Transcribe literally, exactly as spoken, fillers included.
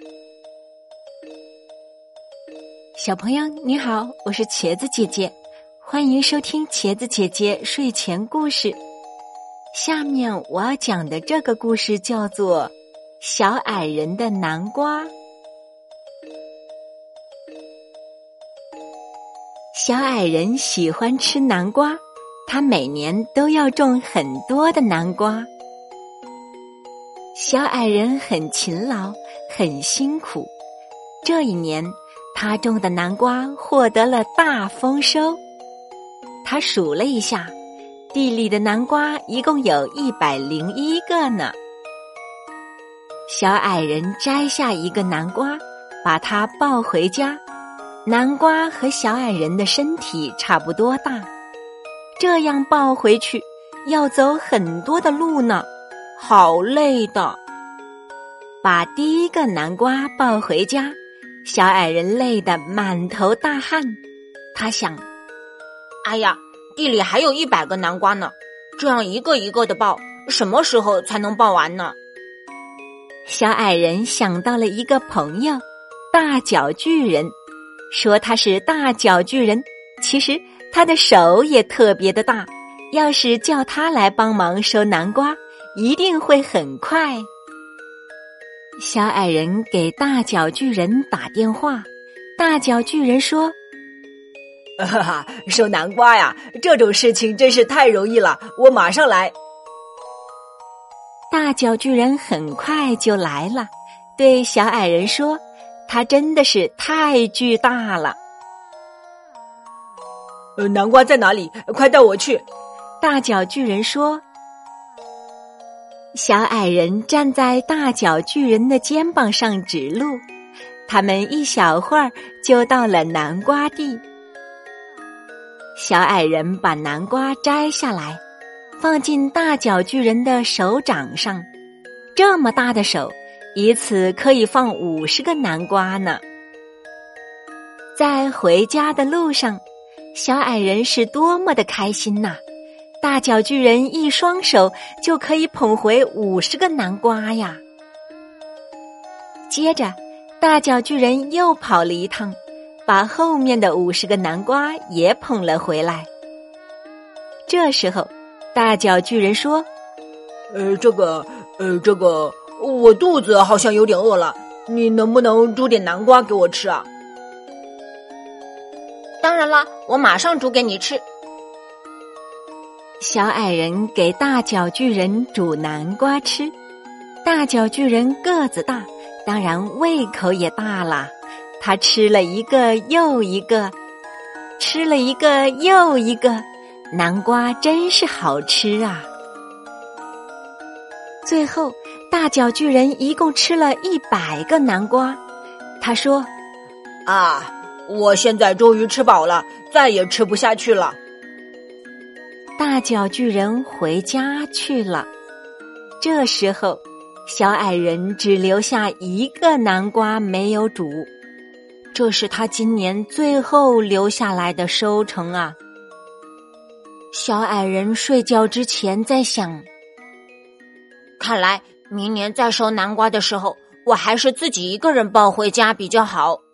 小朋友你好，我是茄子姐姐，欢迎收听茄子姐姐睡前故事。下面我要讲的这个故事叫做小矮人的南瓜。小矮人喜欢吃南瓜，他每年都要种很多的南瓜。小矮人很勤劳，很辛苦。这一年，他种的南瓜获得了大丰收。他数了一下，地里的南瓜一共有一百零一个呢。小矮人摘下一个南瓜，把它抱回家。南瓜和小矮人的身体差不多大，这样抱回去要走很多的路呢，好累的。把第一个南瓜抱回家，小矮人累得满头大汗。他想， 哎呀，地里还有一百个南瓜呢，这样一个一个的抱，什么时候才能抱完呢？ 小矮人想到了一个朋友，大脚巨人，说他是大脚巨人，其实他的手也特别的大，要是叫他来帮忙收南瓜，一定会很快。小矮人给大脚巨人打电话，大脚巨人说， 哈哈，收南瓜呀，这种事情真是太容易了，我马上来。 大脚巨人很快就来了，对小矮人说，他真的是太巨大了。 呃，南瓜在哪里？快带我去。 大脚巨人说。小矮人站在大脚巨人的肩膀上指路，他们一小会儿就到了南瓜地。小矮人把南瓜摘下来，放进大脚巨人的手掌上，这么大的手，一次可以放五十个南瓜呢。在回家的路上，小矮人是多么的开心呐！大脚巨人一双手就可以捧回五十个南瓜呀。接着，大脚巨人又跑了一趟，把后面的五十个南瓜也捧了回来。这时候，大脚巨人说：“ 呃，这个，呃，这个，我肚子好像有点饿了，你能不能煮点南瓜给我吃啊？” 当然了，我马上煮给你吃。 小矮人给大脚巨人煮南瓜吃，大脚巨人个子大，当然胃口也大了。他吃了一个又一个，吃了一个又一个，南瓜真是好吃啊！最后，大脚巨人一共吃了一百个南瓜。他说：“ 啊，我现在终于吃饱了，再也吃不下去了。” 大脚巨人回家去了。这时候，小矮人只留下一个南瓜没有煮，这是他今年最后留下来的收成啊。小矮人睡觉之前在想， 看来明年再收南瓜的时候，我还是自己一个人抱回家比较好。